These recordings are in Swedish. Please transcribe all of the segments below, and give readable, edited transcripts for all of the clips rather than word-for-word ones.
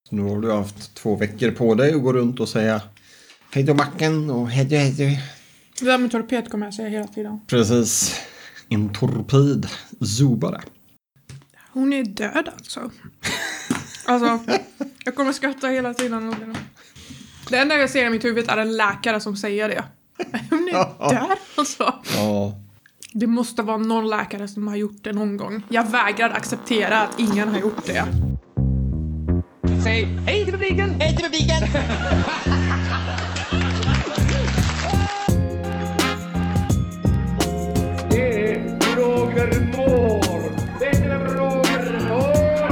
Så nu har du haft 2 veckor på dig att gå runt och säga hej då Macken och hej då. Det där med torped kommer jag säga hela tiden. Precis. En torped. Zubara. Hon är död alltså. Alltså, jag kommer skratta hela tiden. Det enda jag ser i mitt huvud är en läkare som säger det. Hon är död alltså. Ja. Det måste vara någon läkare som har gjort det någon gång. Jag vägrar acceptera att ingen har gjort det. Säg hej till publiken! Hej till publiken! Det är Roger Moore! Det är Roger Moore!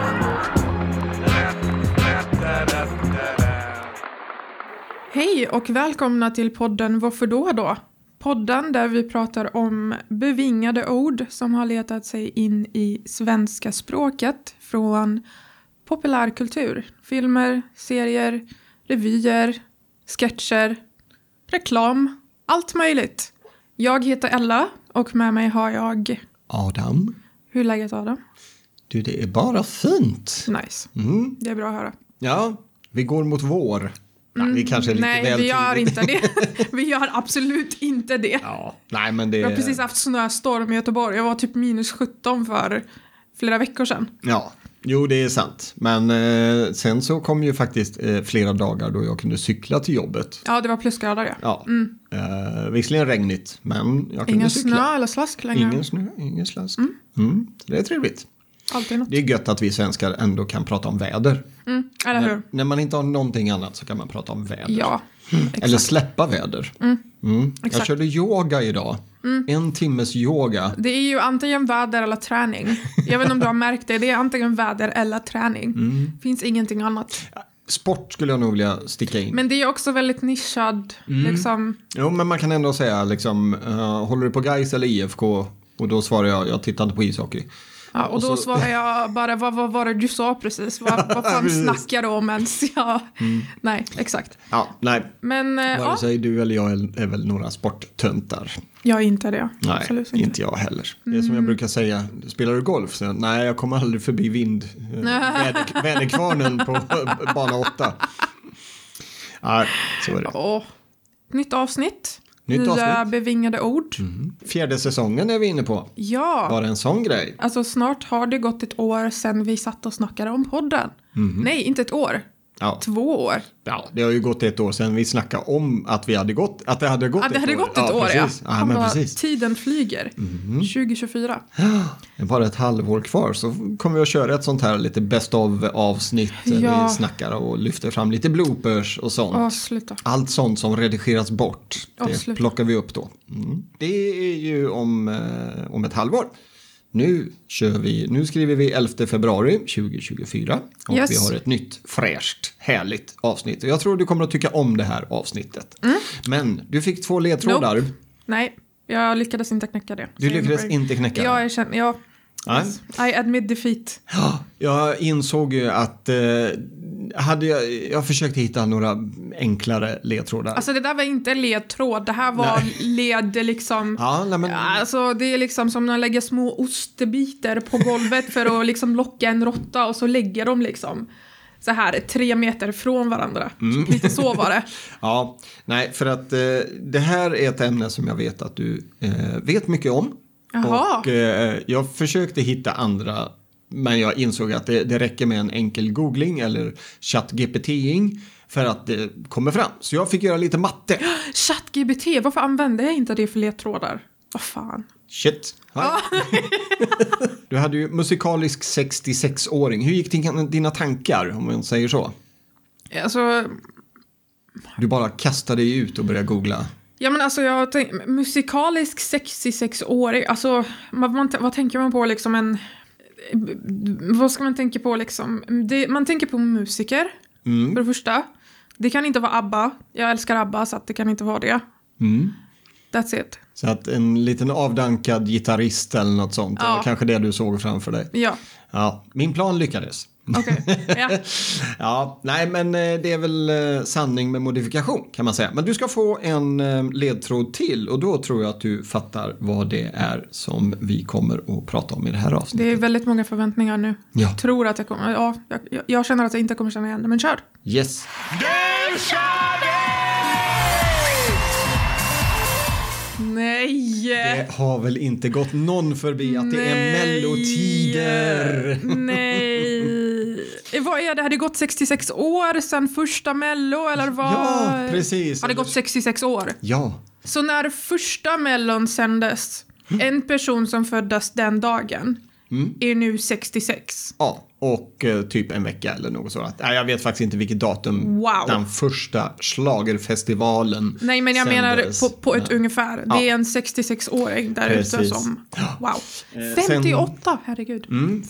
Hej och välkomna till podden Varför då? Podden där vi pratar om bevingade ord som har letat sig in i svenska språket från populärkultur. Filmer, serier, revyer, sketcher, reklam, allt möjligt. Jag heter Ella och med mig har jag... Adam. Hur är läget, Adam? Du, det är bara fint. Nice. Det är bra att höra. Ja, vi går mot vår. Nej, vi kanske är lite Nej, väl vi gör tidigt. inte det. Vi gör absolut inte det. Ja, nej men det... Jag har precis haft snöstorm i Göteborg. Jag var typ -17 för flera veckor sedan. Ja, jo det är sant. Men sen så kom ju faktiskt flera dagar då jag kunde cykla till jobbet. Ja, det var plusgrader, ja. Visserligen regnigt, men jag kunde Ingen cykla. snö eller slask längre. Ingen snö, ingen slask. Så det är trevligt. Alltid något. Det är gött att vi svenskar ändå kan prata om väder. Eller hur? När man inte har någonting annat så kan man prata om väder. Ja, Eller släppa väder. Jag Exakt. körde yoga idag. 1 timmes yoga. Det är ju antingen väder eller träning. Jag vet inte om du har märkt det. Det är antingen väder eller träning. Finns ingenting annat. Sport skulle jag nog vilja sticka in. Men det är också väldigt nischad. Liksom. Jo, men man kan ändå säga liksom, håller du på Gais eller IFK? Och då svarar jag tittar inte på ishockey. Ja, och då svarar jag bara, vad var det du sa precis? Vad fan snackar du om ens? Ja. Nej, exakt. Ja, nej. Men Vare sig du eller jag är väl några sporttöntar. jag är inte det. Nej, Absolut inte jag heller. Det är som jag brukar säga, spelar du golf? Så, nej, jag kommer aldrig förbi väderkvarnen på bana 8. Nej, så är det. Nytt avsnitt. Nytt Nya avsnitt. bevingade ord. 4:e säsongen är vi inne på. Ja. Var det en sån grej? Alltså snart har det gått 1 år sedan vi satt och snackade om podden. Nej, inte 1 år. Ja. 2 år. Ja, det har ju gått 1 år sedan vi snackade om att det hade gått Att det hade gått ett år, precis. Ja, men precis. Tiden flyger. 2024. Det är bara ett halvår kvar så kommer vi att köra ett sånt här lite best of avsnitt. Där vi snackar och lyfter fram lite bloopers och sånt. Sluta. Allt sånt som redigeras bort. Det sluta. plockar vi upp då. Det är ju om ett halvår. Nu skriver vi 11 februari 2024 och Yes. vi har ett nytt fräscht, härligt avsnitt. Och jag tror du kommer att tycka om det här avsnittet. Men du fick 2 ledtrådar. Nope. Nej, jag lyckades inte knäcka det. Du lyckades inte knäcka det? Ja, jag känner, ja. Nej. Yes. I admit defeat. Ja, jag insåg ju att jag försökte hitta några enklare ledtrådar. Alltså det där var inte ledtråd, det här var led liksom. Ja, nej, men... Alltså det är liksom som när man lägger små ostbitar på golvet för att liksom locka en råtta och så lägger de liksom så här 3 meter från varandra. Lite så var det. Ja, nej, för att det här är ett ämne som jag vet att du vet mycket om. Jaha. Och jag försökte hitta andra, men jag insåg att det räcker med en enkel googling eller ChatGPTing för att det kommer fram. Så jag fick göra lite matte. ChatGPT, varför använder jag inte det för ledtrådar? Vad fan? Shit. Ja. Du hade ju musikalisk 66-åring. Hur gick dina tankar, om man säger så? Alltså... Du bara kastade dig ut och började googla. Ja men alltså jag tänker, musikalisk 66-årig, alltså vad tänker man på liksom vad ska man tänka på liksom, man tänker på musiker, för det första. Det kan inte vara ABBA, jag älskar ABBA så att det kan inte vara det. That's it. Så att en liten avdankad gitarrist eller något sånt, det var kanske det du såg framför dig. Ja. Ja, min plan lyckades. Okej, ja. Ja, nej men det är väl sanning med modifikation kan man säga. Men du ska få en ledtråd till och då tror jag att du fattar vad det är som vi kommer att prata om i det här avsnittet. Det är väldigt många förväntningar nu. Ja. Jag tror att jag kommer... Ja, jag känner att jag inte kommer känna igen det, men kör! Yes. Nej! Det har väl inte gått någon förbi att det är mellotider. Nej! Vad är det? Har det gått 66 år sedan första mello? Eller vad? Ja, precis. Har det gått 66 år? Ja. Så när första mellon sändes, en person som föddes den dagen är nu 66. Ja, och typ en vecka eller något sådant. Nej, jag vet faktiskt inte vilket datum den första schlagerfestivalen. Nej, men jag sändes. menar på ett ungefär. Ja. Det är en 66-åring där ute som... Wow. 58, herregud.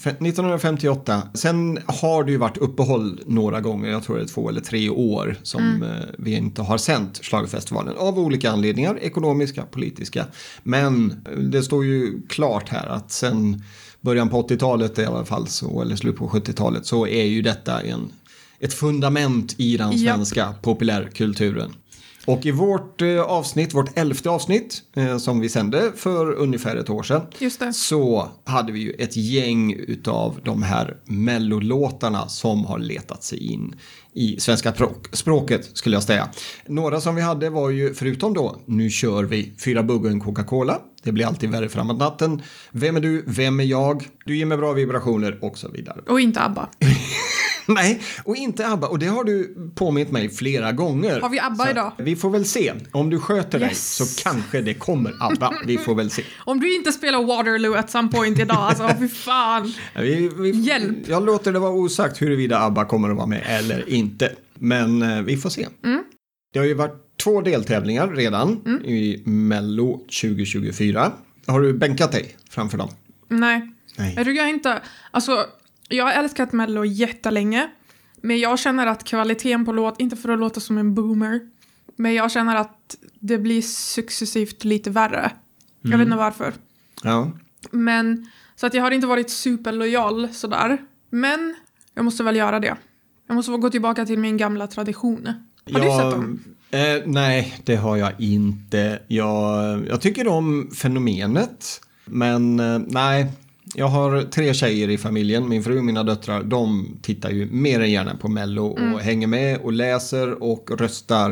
1958. Sen har det ju varit uppehåll några gånger. Jag tror det är 2 eller 3 år som vi inte har sänt schlagerfestivalen. Av olika anledningar. Ekonomiska, politiska. Men det står ju klart här att sen början på 80-talet i alla fall så, eller slut på 70-talet så är ju detta ett fundament i den svenska populärkulturen. Och i vårt avsnitt, vårt 11:e avsnitt som vi sände för ungefär ett år sedan. Just det. Så hade vi ju ett gäng utav de här mellolåtarna som har letat sig in i svenska språket skulle jag säga. Några som vi hade var ju förutom då Nu kör vi, 4 buggar en Coca-Cola. Det blir alltid värre framåt natten. Vem är du? Vem är jag? Du ger mig bra vibrationer och så vidare. Och inte ABBA. Nej, och inte ABBA. Och det har du påmint mig flera gånger. Har vi ABBA så idag? Vi får väl se. Om du sköter dig så kanske det kommer ABBA. Vi får väl se. Om du inte spelar Waterloo at some point idag, alltså fy fan. Hjälp. Jag låter det vara osagt huruvida ABBA kommer att vara med eller inte. Men vi får se. Det har ju varit 2 deltävlingar redan i Mello 2024. Har du bänkat dig framför dem? Nej. Jag tycker inte... Alltså, jag har älskat Mello jättelänge. Men jag känner att kvaliteten på låt, inte för att låta som en boomer, men jag känner att det blir successivt lite värre. Jag vet inte varför. Ja. Men, så att jag har inte varit superlojal sådär. Men jag måste väl göra det. Jag måste gå tillbaka till min gamla tradition. Har du sett dem? Nej, det har jag inte. Jag tycker om fenomenet. Men nej, jag har 3 tjejer i familjen. Min fru och mina döttrar, de tittar ju mer än gärna på Mello och hänger med och läser och röstar.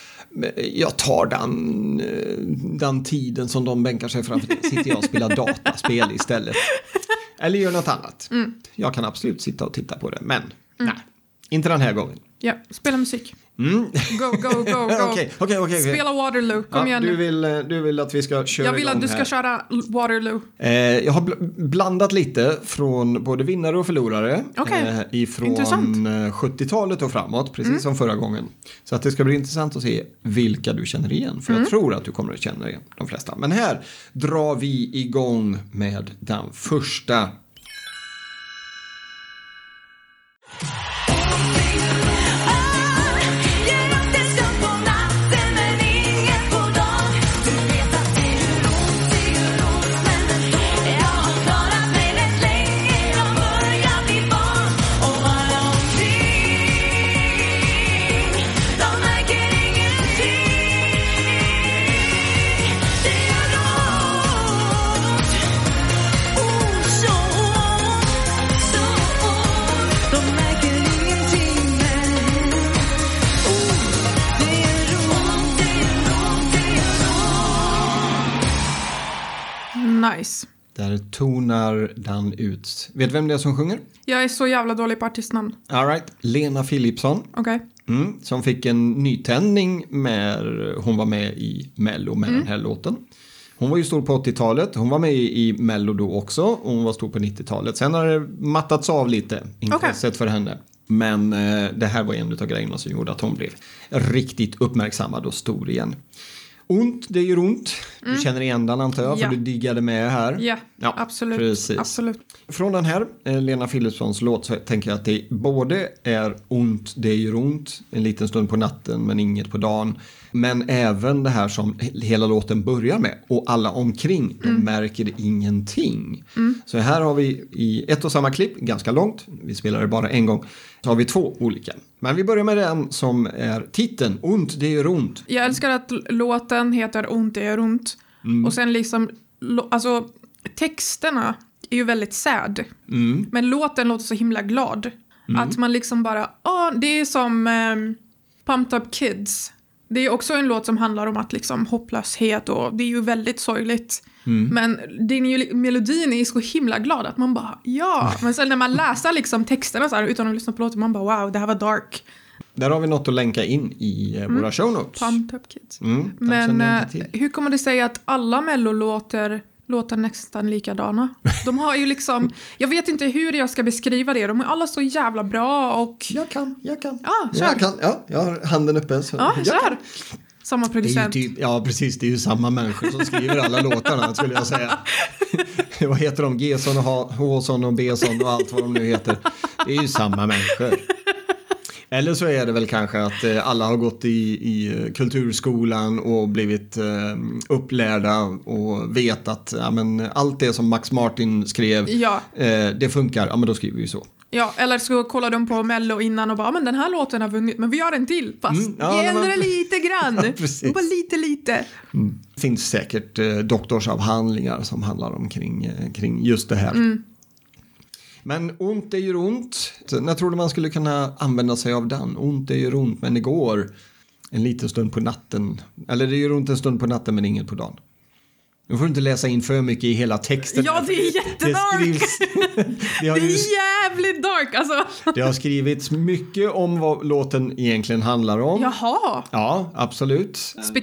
Jag tar den tiden som de bänkar sig framför. Sitter jag och spelar dataspel istället. Eller gör något annat. Jag kan absolut sitta och titta på det. Men nej, inte den här gången. Ja, spela musik. Go. Okej. Spela Waterloo, kom igen nu. Du vill att vi ska köra Jag vill igång att du ska här. köra Waterloo. Jag har blandat lite från både vinnare och förlorare. Ifrån Intressant. 70-talet och framåt, precis som förra gången. Så att det ska bli intressant att se vilka du känner igen. För jag tror att du kommer att känna igen de flesta. Men här drar vi igång med den första. Nice. Där tonar den ut. Vet du vem det är som sjunger? Jag är så jävla dålig på artistnamn. All right. Lena Philipsson. Okej. Som fick en nytändning hon var med i Mello med den här låten. Hon var ju stor på 80-talet. Hon var med i Mello då också. Och hon var stor på 90-talet. Sen har det mattats av lite. Intresset för henne. Men det här var en av grejerna som gjorde att hon blev riktigt uppmärksammad och stor igen. Ont, det gör ont. Du känner igen den antar jag, för du diggade med här. Ja, absolut. Precis. Absolut. Från den här Lena Philipssons låt så tänker jag att det både är ont, det gör ont, en liten stund på natten men inget på dagen. Men även det här som hela låten börjar med. Och alla omkring, de märker ingenting. Så här har vi i ett och samma klipp, ganska långt, vi spelar det bara en gång, så har vi 2 olika. Men vi börjar med den som är titeln, Ont, det gör ont. Jag älskar att låten heter Ont, det gör ont. Och sen liksom, alltså texterna är ju väldigt sad. Men låten låter så himla glad. Att man liksom bara, det är som Pumped Up Kids. Det är också en låt som handlar om att liksom hopplöshet och det är ju väldigt sorgligt. Men melodin är så himla glad att man bara, Men sen när man läser liksom texterna så här, utan att lyssna på låten, man bara, wow, det här var dark. Där har vi något att länka in i våra show notes. Pumped Up Kids. Men hur kommer det sig att alla mellolåtar låter nästan likadana? De har ju liksom, jag vet inte hur jag ska beskriva det. De är alla så jävla bra och... Jag kan. Kör. Jag har handen uppe. Så kör. Samma producent. Precis. Det är ju samma människor som skriver alla låtarna, skulle jag säga. Vad heter de? G-son och H-son och B-son och allt vad de nu heter. Det är ju samma människor. Eller så är det väl kanske att alla har gått i kulturskolan och blivit upplärda och vet att allt det som Max Martin skrev, det funkar. Ja, men då skriver vi så. Ja, eller så kollar de på Mello innan och bara, men den här låten har vunnit, men vi gör en till. Fast vi ändrar lite grann. Ja, bara lite. Det finns säkert doktorsavhandlingar som handlar kring just det här. Men ont är ju ont. Jag trodde man skulle kunna använda sig av den. Ont är ju ont, men det går en liten stund på natten. Eller det gör ont en stund på natten, men inget på dagen. Nu får du inte läsa in för mycket i hela texten. Ja, det är jättedark. Det är jävligt dark. Alltså. Det har skrivits mycket om vad låten egentligen handlar om. Jaha. Ja, absolut.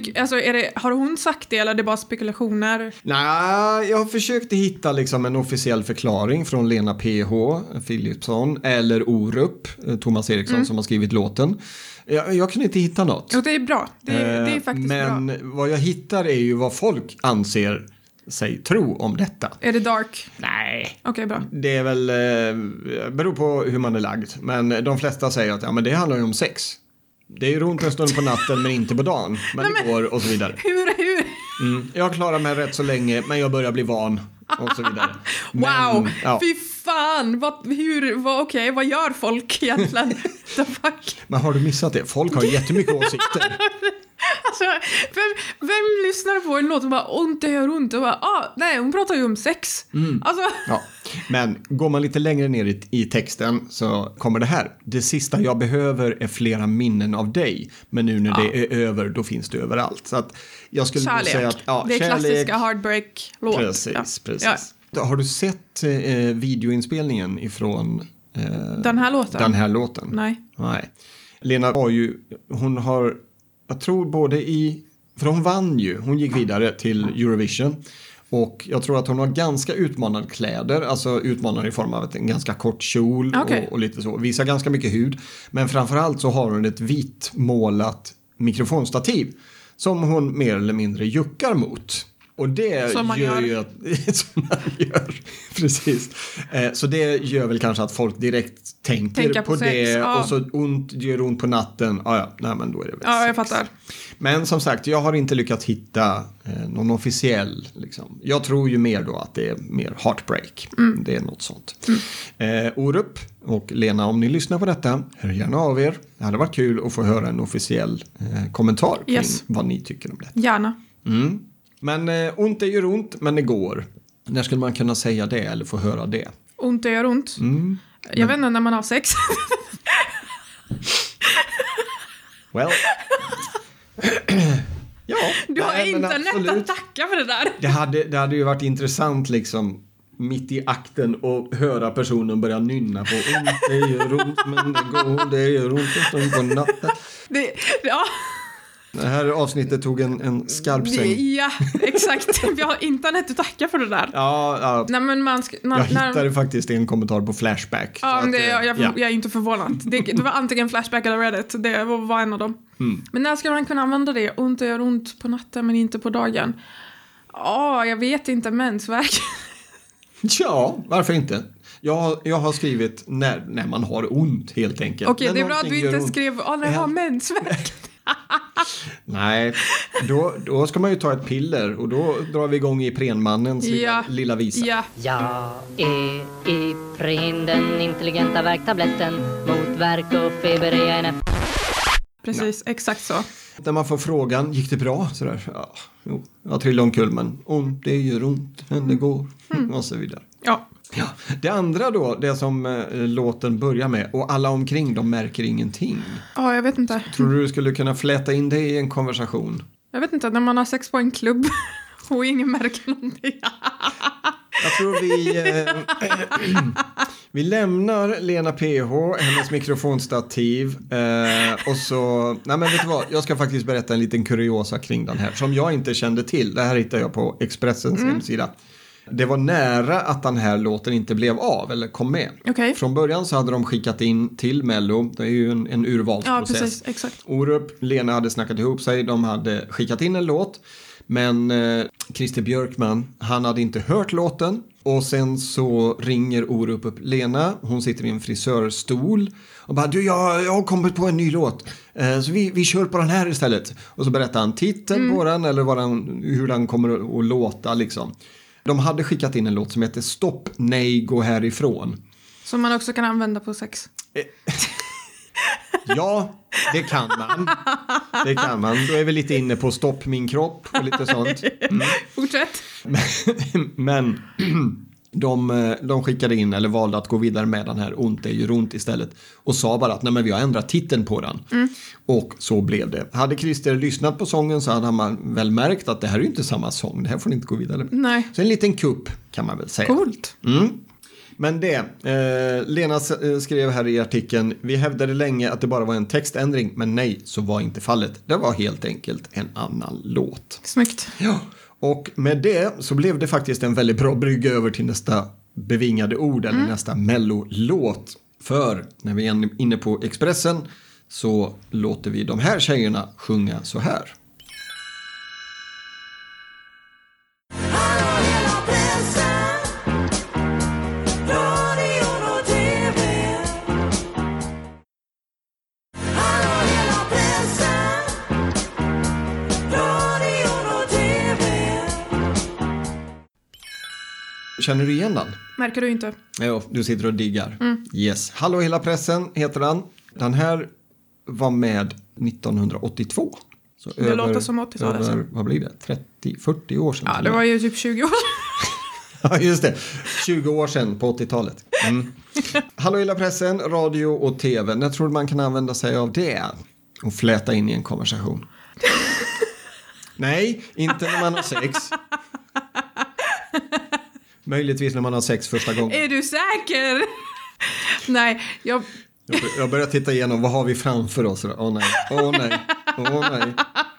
Har hon sagt det eller är det bara spekulationer? Nej, jag har försökt hitta liksom en officiell förklaring från Lena PH Philipsson eller Orup, Thomas Eriksson som har skrivit låten. Jag kunde inte hitta något. Och det är bra. Det är faktiskt bra. Men vad jag hittar är ju vad folk anser sig tro om detta. Är det dark? Nej. Okej, bra. Det är väl beror på hur man är lagd. Men de flesta säger att men det handlar ju om sex. Det är ju runt en stund på natten men inte på dagen. Men det går och så vidare. Hur? Jag klarar mig rätt så länge men jag börjar bli van. Och så vidare. Wow, fy fan, vad gör folk egentligen? The fuck? Men har du missat det? Folk har jättemycket åsikter. Alltså, vem lyssnar på en låt och bara ont, det gör ont och bara, nej, hon pratar ju om sex. Alltså. Ja, men går man lite längre ner i texten så kommer det här. Det sista jag behöver är flera minnen av dig. Men nu när det är över, då finns det överallt. Så att jag skulle säga att det är klassiska heartbreak-låt. Precis. Ja. Har du sett videoinspelningen ifrån den här låten? Nej. Lena har jag tror för hon vann ju, hon gick vidare till Eurovision och jag tror att hon har ganska utmanande kläder, alltså utmanande i form av en ganska kort kjol och lite så, visar ganska mycket hud, men framförallt så har hon ett vitmålat mikrofonstativ som hon mer eller mindre juckar mot. Och det som man gör ju att som man gör. Precis. Så det gör väl kanske att folk direkt tänker på sex, det och så gör ont på natten. Nej men då är det väl sex. Jag fattar. Men som sagt, jag har inte lyckats hitta någon officiell liksom. Jag tror ju mer då att det är mer heartbreak. Det är något sånt. Orup och Lena, om ni lyssnar på detta, hör gärna av er. Det hade varit kul att få höra en officiell kommentar kring vad ni tycker om det. Gärna. Men ont är ju ont, men det går. När skulle man kunna säga det eller få höra det? Ont är ont. Jag vet inte när man har sex. Well. Ja. Du har internet att tacka för det där. Det hade ju varit intressant liksom mitt i akten och höra personen börja nynna på ont är ju ont, men det är ju ont en stund på natten. Det här avsnittet tog en skarp sväng. Ja, exakt. Vi har internet att tacka för det där. Ja. Nej, men jag hittade faktiskt en kommentar på Flashback. Ja, jag är inte förvånad. Det var antingen Flashback eller Reddit. Det var en av dem. Men när ska man kunna använda det? Ont gör ont på natten men inte på dagen. Jag vet inte, mensvärk. Ja, varför inte? Jag har skrivit när man har ont helt enkelt. Okej, det är bra att du inte skrev när jag har mensvärk. Nej, då ska man ju ta ett piller och då drar vi igång Iprenmannens lilla visa. Ja. Jag är Ipren, den intelligenta värktabletten. Mot värk och feber är jag en Precis, exakt så. När man får frågan, gick det bra? Sådär, jag trillade omkull, men ont, det gör ont, men det går. Och så vidare. Ja. Det andra då, det som låten börjar med, och alla omkring, de märker ingenting. Ja, jag vet inte. Tror du skulle kunna fläta in det i en konversation? Jag vet inte, när man har sex på en klubb och ingen märker någonting. Jag tror vi lämnar Lena PH, hennes mikrofonstativ och så, nej men vet du vad, jag ska faktiskt berätta en liten kuriosa kring den här som jag inte kände till. Det här hittade jag på Expressens hemsida. Det var nära att den här låten inte blev av eller kom med. Okay. Från början så hade de skickat in till Mello, det är ju en urvalsprocess. Ja, precis, exakt. Orup, Lena hade snackat ihop sig, de hade skickat in en låt. Men Christer Björkman, han hade inte hört låten. Och sen så ringer Orup upp Lena. Hon sitter i en frisörstol. Och bara, du, jag har kommit på en ny låt. Så vi kör på den här istället. Och så berättar han titeln på den. Eller hur den kommer att låta liksom. De hade skickat in en låt som heter Stopp, nej, gå härifrån. Som man också kan använda på sex. Ja, det kan man. Det kan man. Då är vi lite inne på stopp min kropp och lite sånt. Fortsätt. Men de skickade in eller valde att gå vidare med den här ont är ju ont istället. Och sa bara att nej, men vi har ändrat titeln på den. Och så blev det. Hade Christer lyssnat på sången så hade man väl märkt att det här är ju inte samma sång. Det här får ni inte gå vidare med. Nej. Så en liten kupp kan man väl säga. Coolt. Men Lena skrev här i artikeln, vi hävdade länge att det bara var en textändring, men nej, så var inte fallet. Det var helt enkelt en annan låt. Snyggt. Ja, och med det så blev det faktiskt en väldigt bra brygga över till nästa bevingade ord eller nästa mellolåt. För när vi är inne på Expressen så låter vi de här tjejerna sjunga så här. Känner du igen den? Märker du inte? Ja, du sitter och diggar. Yes. Hallå hela pressen heter den. Den här var med 1982. Så det låter som 80-talet. Vad blir det? 30-40 år sedan? Ja, det var ju typ 20 år. Ja, just det. 20 år sedan på 80-talet. Hallå hela pressen, radio och tv. När tror du man kan använda sig av det? Och fläta in i en konversation? Nej, inte när man har sex. Möjligtvis när man har sex första gången. Är du säker? Nej, Jag börjar titta igenom, vad har vi framför oss? Åh nej, åh nej, åh nej.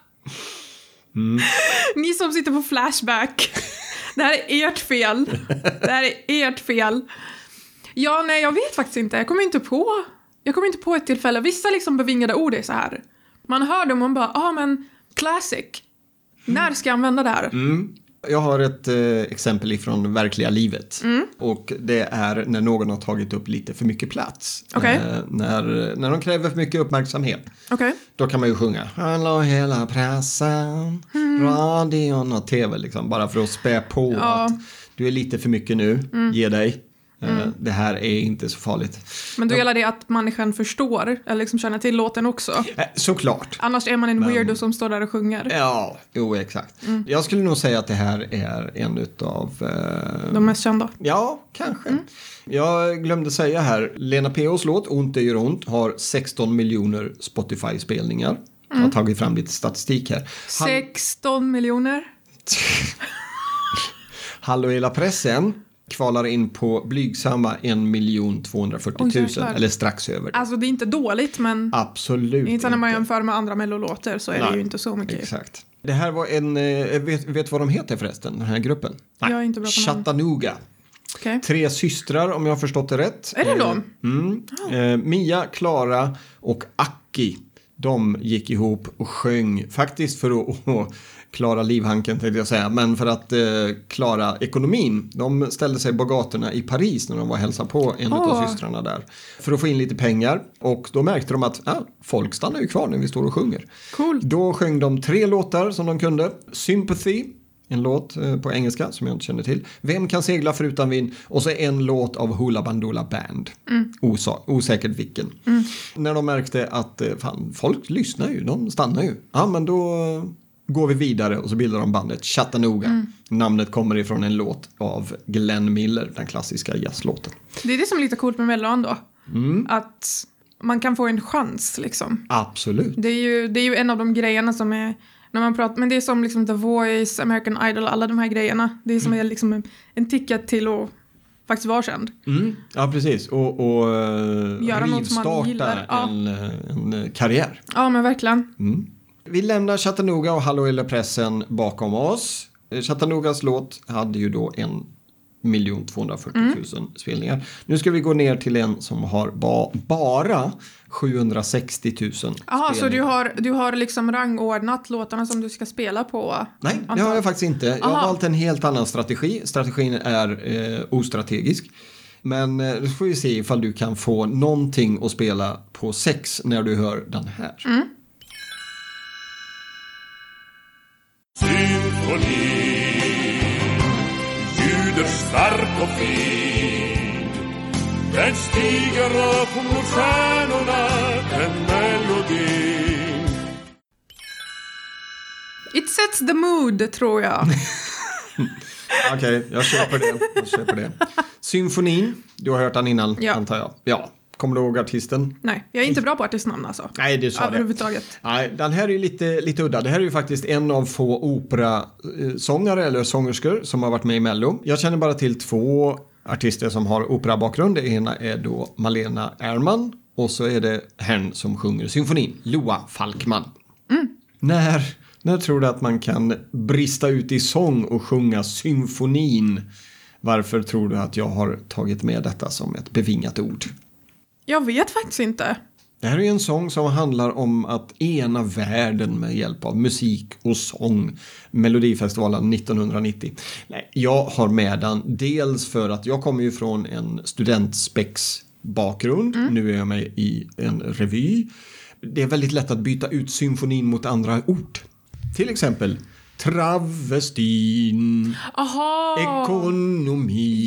Ni som sitter på Flashback. Det här är ert fel. Det här är ert fel. Ja, nej, jag vet faktiskt inte. Jag kommer inte på ett tillfälle. Vissa liksom bevingade ord är så här. Man hör dem och man bara, men classic. När ska jag använda det här? Jag har ett exempel ifrån verkliga livet. Och det är när någon har tagit upp lite för mycket plats. Okay. När de kräver för mycket uppmärksamhet. Okay. Då kan man ju sjunga Hallå hela pressen, radion och tv liksom. Bara för att spä på att du är lite för mycket nu, ge dig. Det här är inte så farligt. Men då gäller det att människan förstår eller liksom känner till låten också. Såklart. Annars är man en weirdo som står där och sjunger. Ja, jo exakt. Jag skulle nog säga att det här är en utav de mest kända. Ja, kanske. Jag glömde säga här, Lena P.H.s låt Ont är ju ont har 16 miljoner Spotify-spelningar. Jag har tagit fram lite statistik här. 16 miljoner? Hallå hela pressen kvalar in på blygsamma 1 240 000 eller strax över. Alltså det är inte dåligt, men absolut inte när man jämför med andra mellolåtar så är det ju inte så mycket. Exakt. Det här var en vet vad de heter förresten, den här gruppen? Jag är inte bra på namn. Chattanooga. Okay. 3 systrar om jag har förstått det rätt. Är det de? Mia, Klara och Aki. de gick ihop och sjöng faktiskt för att klara livhanken tänkte jag säga, men för att klara ekonomin. De ställde sig på gatorna i Paris när de var och hälsade på en av systrarna där för att få in lite pengar, och då märkte de att folk stannar ju kvar när vi står och sjunger. Cool. Då sjöng de 3 låtar som de kunde. Sympathy, en låt på engelska som jag inte känner till. Vem kan segla förutan vind? Och så en låt av Hoola Bandoola Band. Osäkert vilken. När de märkte att folk lyssnar ju, de stannar ju. Ja, men då går vi vidare och så bildar de bandet Chattanooga. Namnet kommer ifrån en låt av Glenn Miller, den klassiska jazzlåten. Det är det som är lite coolt med Mellon då. Att man kan få en chans liksom. Absolut. Det är ju en av de grejerna som är när man pratar, men det är som liksom The Voice, American Idol, alla de här grejerna. Det är som är liksom en ticket till att faktiskt vara känd. Ja, precis. Och göra något som man gillar. En karriär. Ja, men verkligen. Vi lämnar Chattanooga och Hallå eller pressen bakom oss. Chattanoogas låt hade ju då 1 240 000 spelningar. Nu ska vi gå ner till en som har bara 760 000 Jaha, så du har liksom rangordnat låtarna som du ska spela på? Nej, det har jag faktiskt inte. Jag har valt en helt annan strategi. Strategin är ostrategisk. Men nu får vi se ifall du kan få någonting att spela på 6 när du hör den här. Symfoni, ljuder stark och fin. Den stiger upp mot stjärnorna, den melodin. It sets the mood, tror jag. Okej, jag köper det. Symfonin, du har hört den innan, antar jag. Ja. Kommer du ihåg artisten? Nej, jag är inte bra på artistnamn alltså. Nej, det sa överhuvudtaget. Nej, den här är ju lite udda. Det här är ju faktiskt en av få operasångare eller sångerskor som har varit med i Mello. Jag känner bara till 2 artister som har operabakgrund. Det ena är då Malena Ernman och så är det herrn som sjunger symfonin, Loa Falkman. När tror du att man kan brista ut i sång och sjunga symfonin? Varför tror du att jag har tagit med detta som ett bevingat ord? Jag vet faktiskt inte. Det här är en sång som handlar om att ena världen med hjälp av musik och sång. Melodifestivalen 1990. Nej, jag har med den dels för att jag kommer ju från en studentspex bakgrund. Nu är jag med i en revy. Det är väldigt lätt att byta ut symfonin mot andra ord. Till exempel travestin, ekonomin,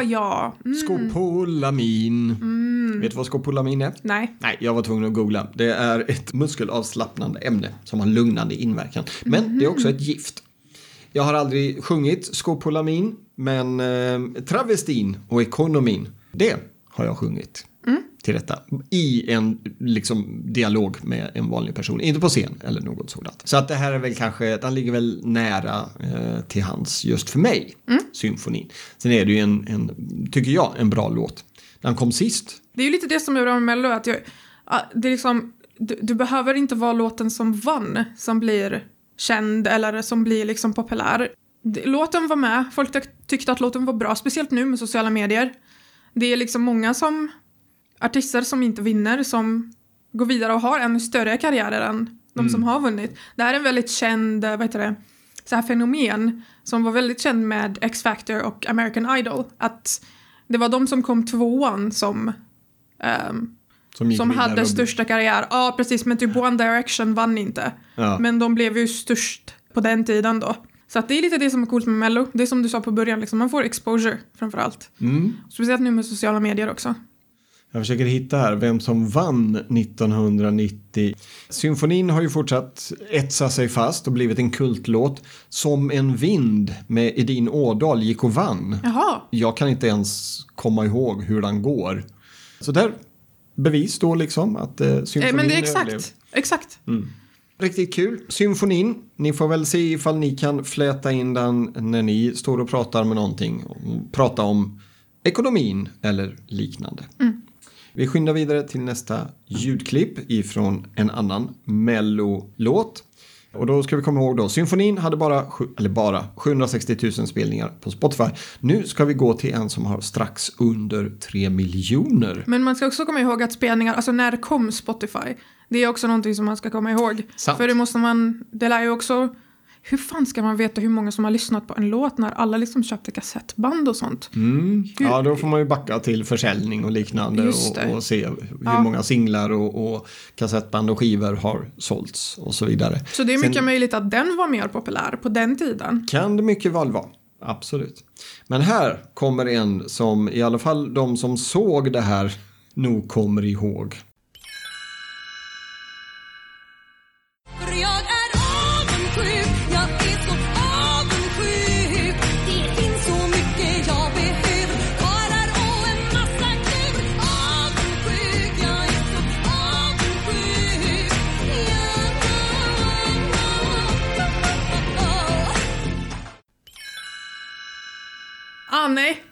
skopolamin. Vet du vad skopolamin är? Nej, jag var tvungen att googla. Det är ett muskelavslappnande ämne som har lugnande inverkan. Men det är också ett gift. Jag har aldrig sjungit skopolamin, men travestin och ekonomin, det har jag sjungit till detta. I en liksom dialog med en vanlig person. Inte på scen eller något sådant. Så att det här är väl kanske, den ligger väl nära till hands just för mig. Symfonin. Sen är det ju tycker jag, en bra låt. Den kom sist. Det är ju lite det som är bra med Mello. Att det är liksom, du behöver inte vara låten som vann som blir känd eller som blir liksom populär. Låten var med. Folk tyckte att låten var bra. Speciellt nu med sociala medier. Det är liksom många artister som inte vinner som går vidare och har en större karriär än de som har vunnit. Det här är en väldigt känd så här fenomen som var väldigt känd med X-Factor och American Idol. Att det var de som kom 2:an som hade största karriär. Ja, precis. Men typ One Direction vann inte. Ja. Men de blev ju störst på den tiden då. Så att det är lite det som är coolt med Mello. Det är som du sa på början. Liksom, man får exposure framförallt. Speciellt nu med sociala medier också. Jag försöker hitta här vem som vann 1990. Symfonin har ju fortsatt etsa sig fast och blivit en kultlåt. Som en vind med Edin Ådahl gick och vann. Jaha. Jag kan inte ens komma ihåg hur den går. Så där bevis då liksom att symfonin men det är exakt. Riktigt kul. Symfonin. Ni får väl se ifall ni kan fläta in den när ni står och pratar med någonting. Prata om ekonomin eller liknande. Vi skyndar vidare till nästa ljudklipp ifrån en annan Mello-låt. Och då ska vi komma ihåg då, symfonin hade bara 760 000 spelningar på Spotify. Nu ska vi gå till en som har strax under 3 miljoner. Men man ska också komma ihåg att spelningar, alltså när kom Spotify? Det är också någonting som man ska komma ihåg. Sant. För det lär ju också... Hur fan ska man veta hur många som har lyssnat på en låt när alla liksom köpte kassettband och sånt? Ja, då får man ju backa till försäljning och liknande och se hur många singlar och kassettband och skivor har sålts och så vidare. Så det är mycket möjligt att den var mer populär på den tiden. Kan det mycket väl vara. Absolut. Men här kommer en som i alla fall de som såg det här nog kommer ihåg. Nej.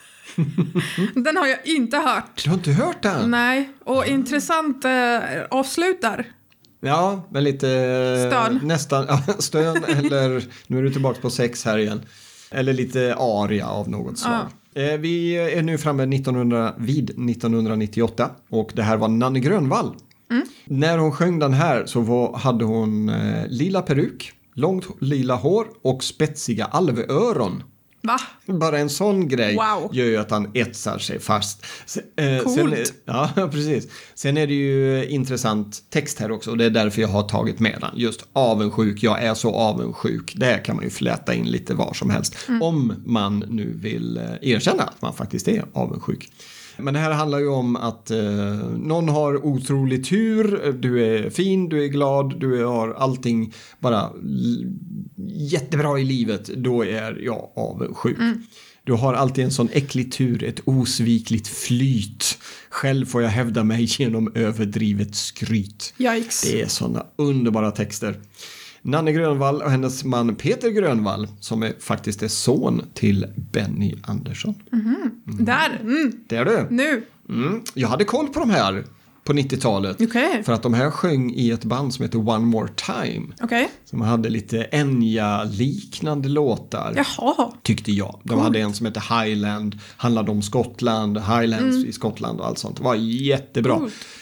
Den har jag inte hört. Du har inte hört den? Nej, och intressant avslutar. Ja, men lite... Stön. Nästan, stön eller... Nu är du tillbaka på 6 här igen. Eller lite aria av något slag. Vi är nu framme vid 1998 och det här var Nanne Grönvall. När hon sjöng den här så hade hon lila peruk, långt lila hår och spetsiga alvöron. Va? Bara en sån grej gör ju att han etsar sig fast. Coolt. Ja, precis. Sen är det ju intressant text här också och det är därför jag har tagit med den. Just avundsjuk, jag är så avundsjuk. Där kan man ju fläta in lite var som helst. Om man nu vill erkänna att man faktiskt är avundsjuk. Men det här handlar ju om att någon har otrolig tur, du är fin, du är glad, du har allting bara jättebra i livet, då är jag avundsjuk. Du har alltid en sån äcklig tur, ett osvikligt flyt. Själv får jag hävda mig genom överdrivet skryt. Yikes. Det är såna underbara texter. Nanne Grönvall och hennes man Peter Grönvall som faktiskt är son till Benny Andersson. Där. Det är du. Nu. Jag hade koll på de här på 90-talet. Okay. För att de här sjöng i ett band som heter One More Time. Okay. Som hade lite Enya-liknande låtar. Jaha. Tyckte jag. De hade en som heter Highland. Handlade om Skottland. Highlands i Skottland och allt sånt. Det var jättebra.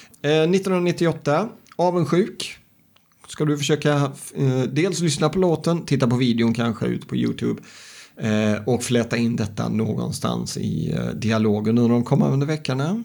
1998. Avundsjuk. Ska du försöka dels lyssna på låten. Titta på videon kanske ut på YouTube. Och fläta in detta någonstans i dialogen under de kommande veckorna.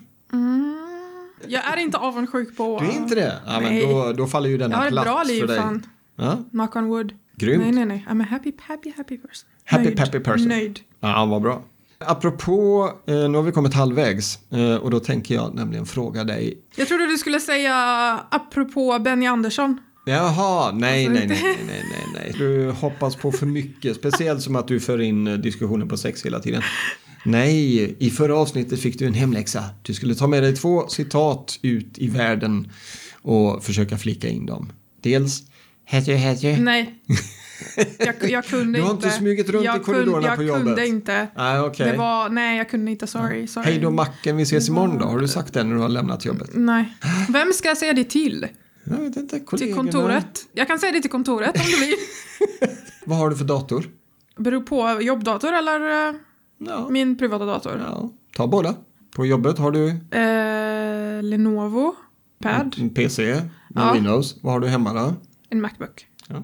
Jag är inte avundsjuk på... Du är inte det? Ja, men då faller ju denna plats för dig. Jag har ett bra liv, fan. Ja? Knock on wood. Grymt. Nej. I'm a happy person. Happy person. Nöjd. Ja, vad bra. Apropå, nu har vi kommit halvvägs. Och då tänker jag nämligen fråga dig. Jag trodde du skulle säga apropå Benny Andersson. Jaha, nej. Du hoppas på för mycket. Speciellt som att du för in diskussionen på sex hela tiden. Nej, i förra avsnittet fick du en hemläxa. Du skulle ta med dig 2 citat ut i världen och försöka flika in dem. Dels, heter. Nej, jag kunde inte. Du har inte smugit runt i korridorerna på jobbet? Jag kunde inte. Okay. Nej, jag kunde inte, sorry. Hej då Macken, vi ses imorgon då. Har du sagt det när du har lämnat jobbet? Nej. Vem ska jag säga det till? Jag vet inte, kollegorna. Till kontoret. Jag kan säga det till kontoret om du vill. Vad har du för dator? Beror på jobbdator eller min privata dator? Ja, ta båda. På jobbet har du? Lenovo, Pad. En PC, Windows. Vad har du hemma då? En Macbook. Ja.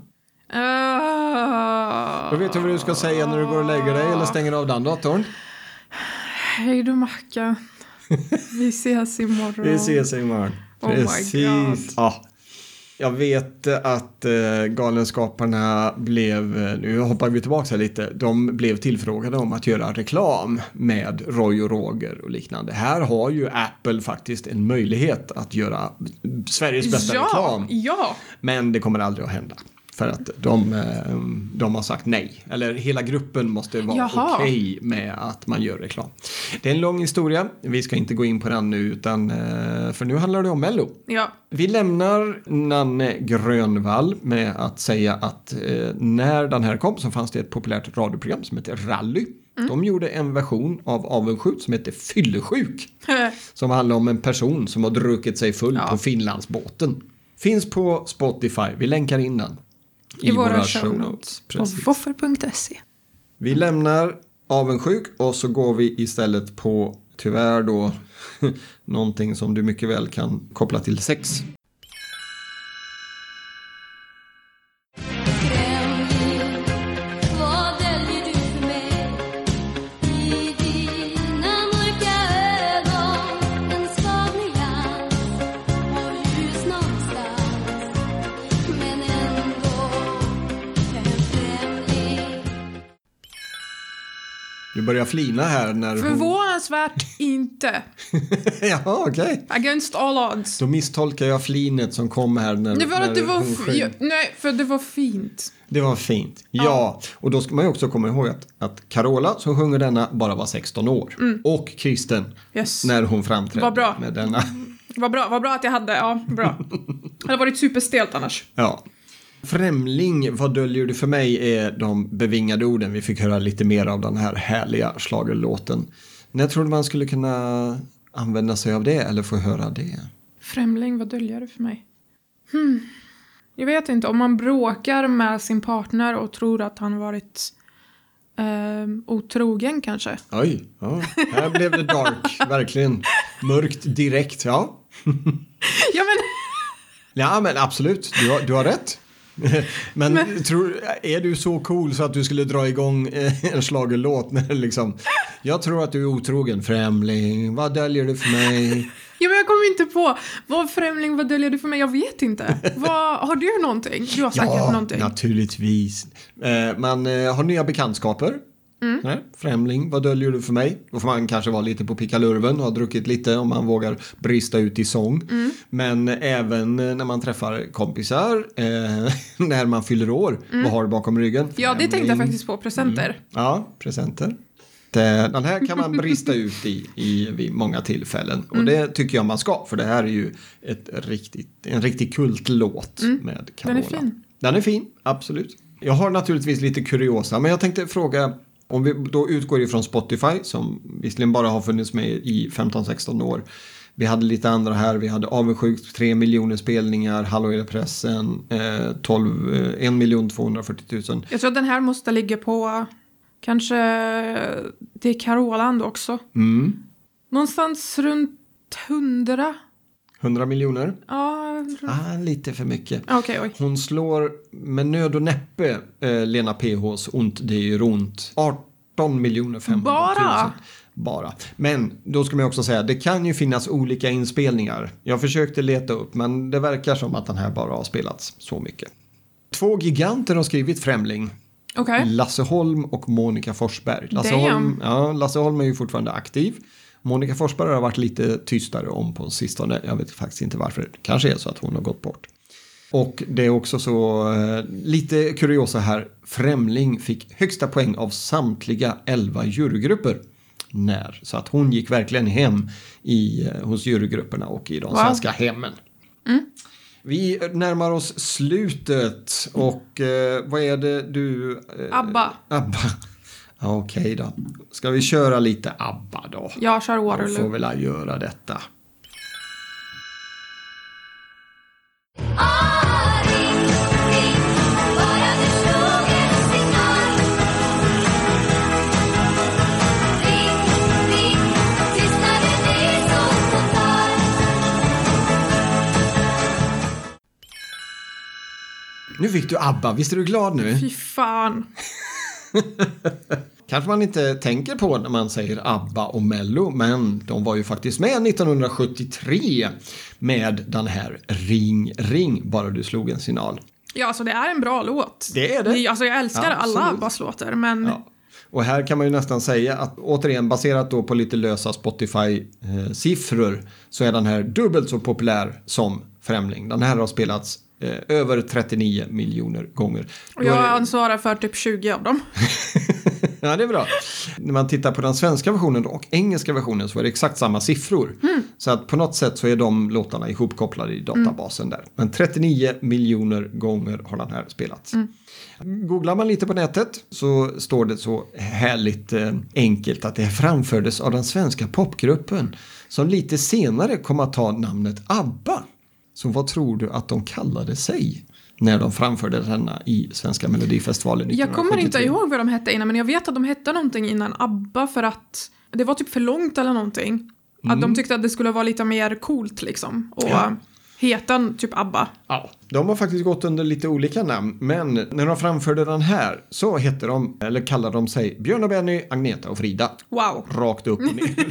Då vet du vad du ska säga när du går och lägger dig eller stänger av den datorn. Hej då Macka. Vi ses imorgon. Precis. Oh my God. Ja. Jag vet att Galenskaparna blev, nu hoppar vi tillbaka här lite, de blev tillfrågade om att göra reklam med Roy och Roger och liknande. Här har ju Apple faktiskt en möjlighet att göra Sveriges bästa reklam. Ja. Men det kommer aldrig att hända. För att de har sagt nej. Eller hela gruppen måste vara okej med att man gör reklam. Det är en lång historia. Vi ska inte gå in på den nu. Utan, för nu handlar det om Mello. Ja. Vi lämnar Nanne Grönvall med att säga att när den här kom så fanns det ett populärt radioprogram som heter Rally. De gjorde en version av Avundsjuk som heter Fyllesjuk. Som handlar om en person som har druckit sig full på Finlandsbåten. Finns på Spotify. Vi länkar in den. i våra show notes på woffer.se. Vi lämnar avundsjuk och så går vi istället på, tyvärr då, någonting som du mycket väl kan koppla till sex. Du börjar flina här när Förvånansvärt inte. Ja, okej. Against all odds. Då misstolkar jag flinet som kom här när Det var att det var hon sjöng. nej, för det var fint. Det var fint. Ja, och då ska man ju också komma ihåg att Carola som sjunger denna bara var 16 år. Och kristen när hon framträdde Vad bra. med denna. Vad bra att jag hade, ja, bra. Det hade varit superstelt annars. Ja. Främling, vad döljer du för mig är de bevingade orden. Vi fick höra lite mer av den här härliga schlagerlåten. När trodde man skulle kunna använda sig av det eller få höra det? Främling, vad döljer du för mig? Jag vet inte, om man bråkar med sin partner och tror att han varit otrogen kanske. Oj, ja. Här blev det dark, verkligen. Mörkt direkt, ja. Ja, men absolut, du har rätt. Men är du så cool så att du skulle dra igång en schlagerlåt när liksom, jag tror att du är otrogen, främling, vad döljer du för mig? Ja, men jag kommer inte på, vad främling, vad döljer du för mig? Jag vet inte. Har du någonting? Du har säkert någonting. Ja, naturligtvis. Man har nya bekantskaper. Nej, främling, vad döljer du för mig? Då får man kanske vara lite på pickalurven och ha druckit lite om man vågar brista ut i sång. Men även när man träffar kompisar, när man fyller år, vad har du bakom ryggen? Ja, det tänkte jag faktiskt på, presenter. Ja, presenter. Den här kan man brista ut i vid många tillfällen. Och det tycker jag man ska, för det här är ju en riktig kultlåt med Carola. Den är fin. Den är fin, absolut. Jag har naturligtvis lite kuriosa, men jag tänkte fråga, om vi då utgår ifrån Spotify som visserligen bara har funnits med i 15-16 år. Vi hade lite andra här, vi hade avundsjukt 3 miljoner spelningar, Hallå i pressen, 1 240 000. Jag tror att den här måste ligga på kanske det är Caroland också. Någonstans runt 100 miljoner? Ja. Lite för mycket. Okej. Hon slår med nöd och näppe Lena PHs Ont det är ju ont. 18 500 000. Bara. Men då ska man också säga, det kan ju finnas olika inspelningar. Jag försökte leta upp, men det verkar som att den här bara har spelats så mycket. 2 giganter har skrivit Främling. Okay. Lasse Holm och Monica Forsberg. Lasse Holm är ju fortfarande aktiv. Monica Forsberg har varit lite tystare om på sistone. Jag vet faktiskt inte varför. Det kanske är så att hon har gått bort. Och det är också så lite kuriosa här. Främling fick högsta poäng av samtliga 11 jurygrupper. Så att hon gick verkligen hem hos jurygrupperna och i de svenska hemmen. Vi närmar oss slutet och vad är det du... ABBA. Okej då. Ska vi köra lite ABBA då? Jag kör Waterloo. Jag får väl göra detta. Nu fick du ABBA. Visst är du glad nu? Fy fan. Kanske man inte tänker på när man säger ABBA och Mello, men de var ju faktiskt med 1973 med den här Ring, ring, bara du slog en signal. Ja, alltså det är en bra låt. Det är det. Alltså jag älskar alla ABBAs låtar, men... Ja. Och här kan man ju nästan säga att återigen baserat då på lite lösa Spotify-siffror så är den här dubbelt så populär som Främling. Den här har spelats över 39 miljoner gånger. Och jag ansvarar för typ 20 av dem. Ja, det är bra. När man tittar på den svenska versionen och engelska versionen så är det exakt samma siffror. Så att på något sätt så är de låtarna ihopkopplade i databasen där. Men 39 miljoner gånger har den här spelats. Googlar man lite på nätet så står det så härligt enkelt att det framfördes av den svenska popgruppen som lite senare kom att ta namnet ABBA. Så vad tror du att de kallade sig när de framförde denna i Svenska Melodifestivalen 1973. Jag kommer inte ihåg vad de hette innan, men jag vet att de hette någonting innan ABBA för att det var typ för långt eller någonting. Att de tyckte att det skulle vara lite mer coolt liksom. Och heta typ ABBA. Ja, de har faktiskt gått under lite olika namn, men när de framförde den här så hette de, eller kallade de sig Björn och Benny, Agneta och Frida. Wow. Rakt upp och ner.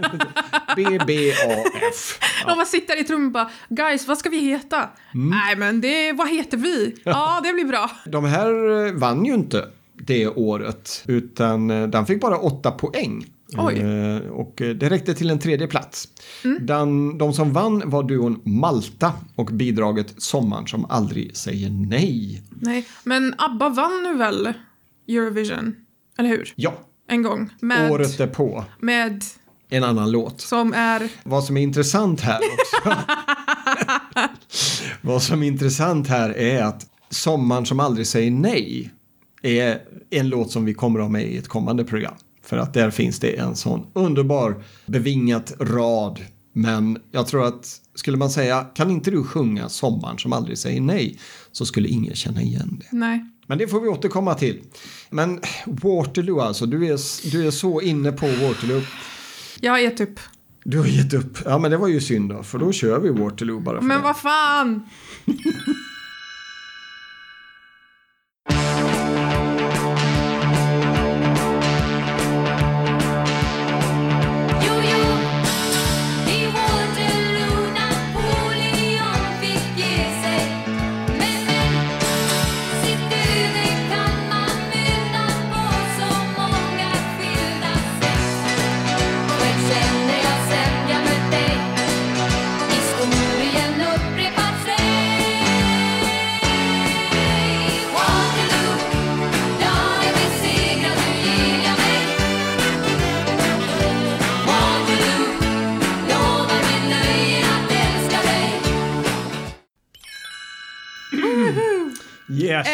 BBAF. De bara sitter i trumman och bara, guys, vad ska vi heta? Nej, men vad heter vi? Ja, det blir bra. De här vann ju inte det året, utan den fick bara 8 poäng. Oj. Och det räckte till en 3:e plats. De som vann var duon Malta och bidraget Sommaren som aldrig säger nej. Nej, men ABBA vann nu väl Eurovision, eller hur? Ja. En gång. Året därpå. Med En annan låt. som är... Vad som är intressant här också. Vad som är intressant här är att Sommaren som aldrig säger nej är en låt som vi kommer att ha med i ett kommande program. För att där finns det en sån underbar bevingat rad. Men jag tror att skulle man säga, kan inte du sjunga Sommaren som aldrig säger nej, så skulle ingen känna igen det. Nej. Men det får vi återkomma till. Men Waterloo alltså, du är så inne på Waterloo. Jag har gett upp. Du har gett upp. Ja, men det var ju synd då, för då kör vi Waterloo bara för Men det. vad fan! Yes.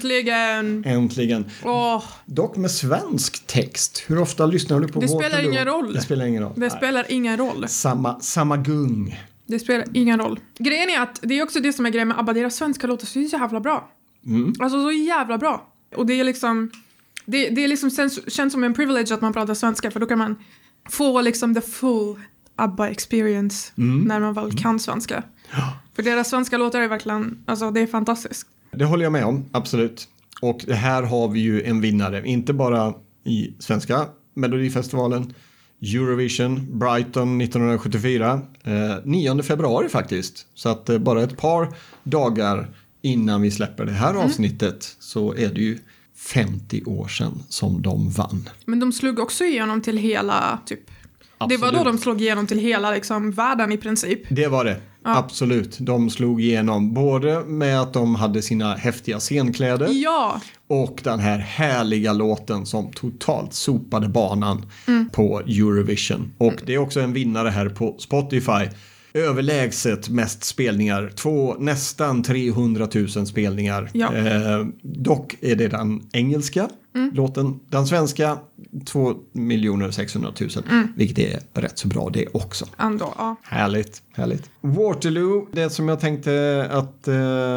Äntligen. Dock med svensk text. Hur ofta lyssnar du på Det Waterloo? spelar ingen roll. Det spelar ingen roll. Det spelar ingen roll. Samma gung. Det spelar ingen roll. Grejen är att det är också det som är grejen med ABBA. Deras svenska låtar så jävla bra. Alltså så jävla bra. Och det är liksom... Det är liksom känns som en privilege att man pratar svenska. För då kan man få liksom the full ABBA experience när man väl kan svenska. För deras svenska låtar är verkligen... Alltså det är fantastiskt. Det håller jag med om, absolut. Och det här har vi ju en vinnare. Inte bara i Svenska Melodifestivalen, Eurovision, Brighton 1974. 9 februari faktiskt. Så att bara ett par dagar innan vi släpper det här avsnittet så är det ju 50 år sedan som de vann. Men de slog också igenom till hela typ... Absolut. Det var då de slog igenom till hela liksom, världen i princip. Det var det, absolut. De slog igenom både med att de hade sina häftiga scenkläder och den här härliga låten som totalt sopade banan på Eurovision. Och det är också en vinnare här på Spotify. Överlägset mest spelningar. Nästan 300 000 spelningar. Ja. Dock är det den engelska låten. Den svenska 2 600 000. Vilket är rätt så bra det också. Ändå, ja. Härligt. Waterloo, det som jag tänkte att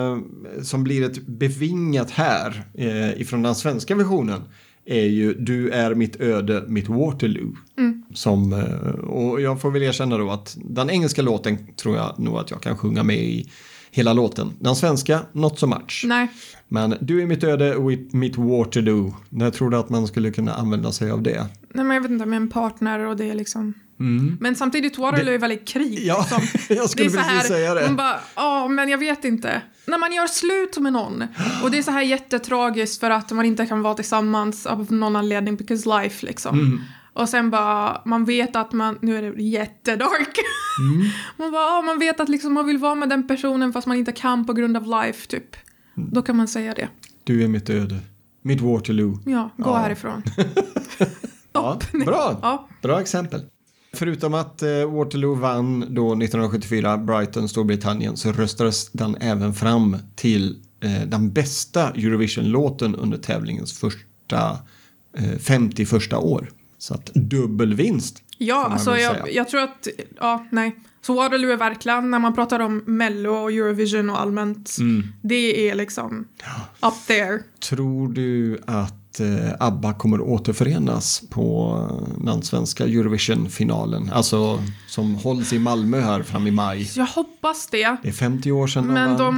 som blir ett bevingat här ifrån den svenska versionen är ju Du är mitt öde, mitt Waterloo. Som, och jag får väl erkänna då att den engelska låten tror jag nog att jag kan sjunga med i hela låten. Den svenska, not so much. Nej. Men Du är mitt öde och mitt Waterloo. När tror du att man skulle kunna använda sig av det? Nej, men jag vet inte, med en partner och det är liksom... Men samtidigt Waterloo är väldigt krig. Ja, liksom. jag skulle precis säga det. Man bara, men jag vet inte. När man gör slut med någon och det är så här jättetragiskt för att man inte kan vara tillsammans av någon anledning because life liksom. Och sen bara, man vet att nu är det jättedark. Man vet att liksom man vill vara med den personen fast man inte kan på grund av life typ. Då kan man säga det. Du är mitt öde, mitt Waterloo. Ja, gå härifrån. Ja, bra exempel. Förutom att Waterloo vann då 1974 Brighton, Storbritannien, så röstades den även fram till den bästa Eurovision-låten under tävlingens 51 år. Så att dubbelvinst Ja, man alltså väl säga. jag tror att, så Waterloo är verkligen, när man pratar om Mello och Eurovision och allmänt, det är liksom up there. Tror du att ABBA kommer återförenas på den svenska Eurovision-finalen? Alltså som hålls i Malmö här fram i maj. Jag hoppas det. Det är 50 år sedan.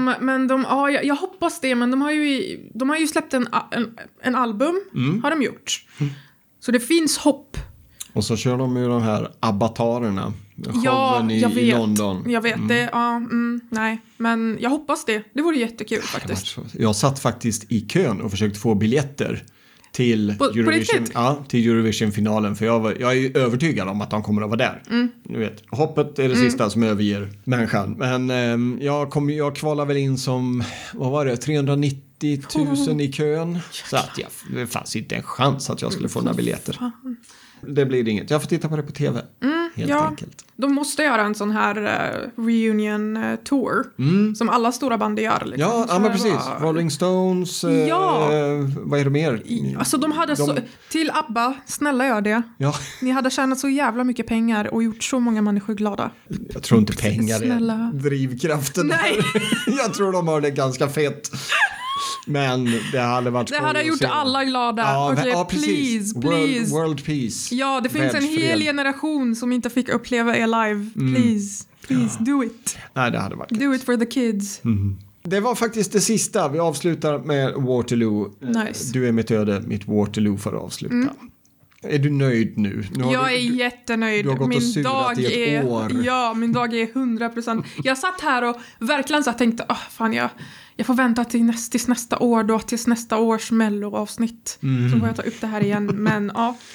Jag hoppas det, men de har ju släppt en album, har de gjort. Så det finns hopp. Och så kör de ju de här abbatarerna. Showen i London. Jag vet det. Nej, men jag hoppas det. Det vore jättekul faktiskt. Jag satt faktiskt i kön och försökte få biljetter till Eurovision. Ja, till Eurovision-finalen. För jag är ju övertygad om att de kommer att vara där. Du vet, hoppet är det sista som överger människan. Men jag kvalar väl in som, vad var det, 390 000 i kön. Så att det fanns inte en chans att jag skulle få några biljetter. Det blir inget. Jag får titta på det på tv. Helt enkelt. De måste göra en sån här reunion tour. Som alla stora band gör. Liksom. Ja, men precis. Rolling Stones. Vad är det mer? Alltså de hade till ABBA, snälla gör det. Ja. Ni hade tjänat så jävla mycket pengar och gjort så många människor glada. Jag tror inte pengar Snälla. är drivkraften. Nej. Jag tror de har det ganska fett. Men det hade varit det hade gjort alla glada. Ja, okay, precis. Please. World peace. Ja, det finns en hel generation som inte fick uppleva er live. Please, do it. Nej, det hade varit do it for the kids. Det var faktiskt det sista. Vi avslutar med Waterloo. Nice. Du är mitt öde, mitt Waterloo för att avsluta. Är du nöjd nu? Jag är jättenöjd. Du har gått och surat i ett år. Ja, min dag är 100%. Jag satt här och verkligen så tänkte, jag får vänta tills nästa år då, tills nästa års Mello-avsnitt. Så får jag ta upp det här igen. Men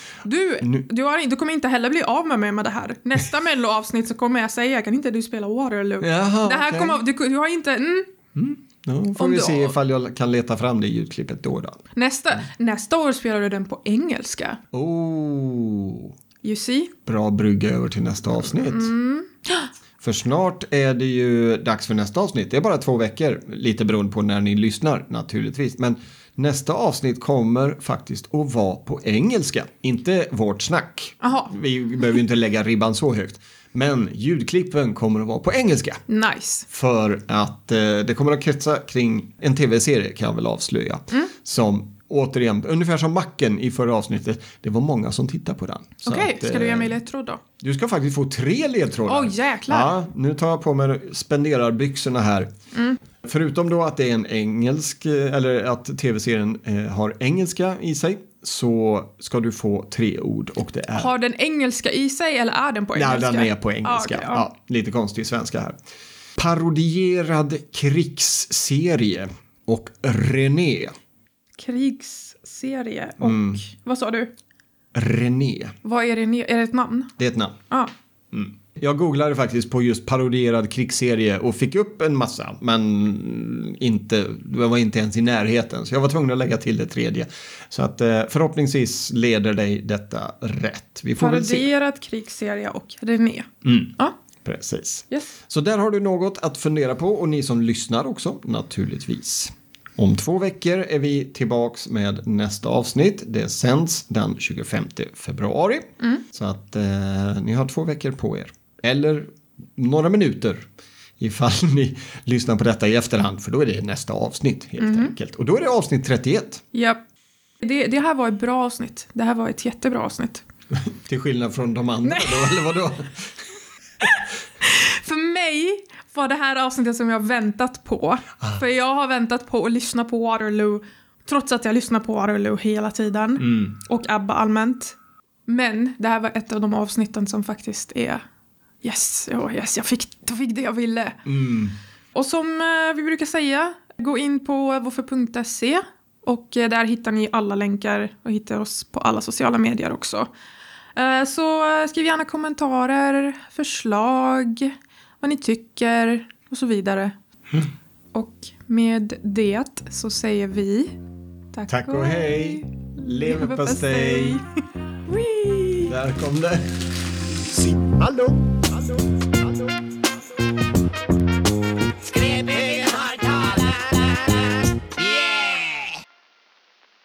du kommer inte heller bli av med mig med det här. Nästa Mello-avsnitt så kommer jag säga, kan inte du spela Waterloo? Jaha, det här kommer, du har inte... Då får vi se ifall jag kan leta fram det ljudklippet då. Nästa år spelar du den på engelska. You see? Bra brygga över till nästa avsnitt. För snart är det ju dags för nästa avsnitt. Det är bara 2 veckor. Lite beroende på när ni lyssnar naturligtvis. Men nästa avsnitt kommer faktiskt att vara på engelska. Inte vårt snack. Aha. Vi behöver ju inte lägga ribban så högt. Men ljudklippen kommer att vara på engelska. Nice. För att det kommer att kretsa kring en tv-serie kan jag väl avslöja. Som återigen, ungefär som Macken i förra avsnittet. Det var många som tittade på den. Okej, ska du ge mig ledtråd då? Du ska faktiskt få 3 ledtrådar. Jäklar. Ja, nu tar jag på mig spenderarbyxorna här. Förutom då att det är en engelsk, eller att tv-serien har engelska i sig, så ska du få 3 ord och det är... Har den engelska i sig eller är den på engelska? Ja, den är på engelska. Okay, ja, lite konstig svenska här. Parodierad krigsserie och René. Krigsserie och... Vad sa du? René. Vad är René? Är det ett namn? Det är ett namn. Ja. Jag googlade faktiskt på just parodierad krigsserie och fick upp en massa, men det var inte ens i närheten. Så jag var tvungen att lägga till det 3:e. Så att förhoppningsvis leder dig detta rätt. Vi får parodierad krigsserie och René. Ja. Precis. Yes. Så där har du något att fundera på, och ni som lyssnar också naturligtvis. Om 2 veckor är vi tillbaks med nästa avsnitt. Det sänds den 25 februari. Så att ni har 2 veckor på er. Eller några minuter ifall ni lyssnar på detta i efterhand. För då är det nästa avsnitt helt enkelt. Och då är det avsnitt 31. Ja. Det här var ett bra avsnitt. Det här var ett jättebra avsnitt. Till skillnad från de andra då, eller vadå? För mig var det här avsnittet som jag väntat på. För jag har väntat på att lyssna på Waterloo. Trots att jag lyssnar på Waterloo hela tiden. Och ABBA allmänt. Men det här var ett av de avsnitten som faktiskt är... Yes, jag fick det jag ville. Och som vi brukar säga, gå in på woffer.se. Och där hittar ni alla länkar och hittar oss på alla sociala medier också. Så skriv gärna kommentarer, förslag, vad ni tycker och så vidare. Och med det så säger vi tack och hej. Leverpastej. Där kom det. Hallå.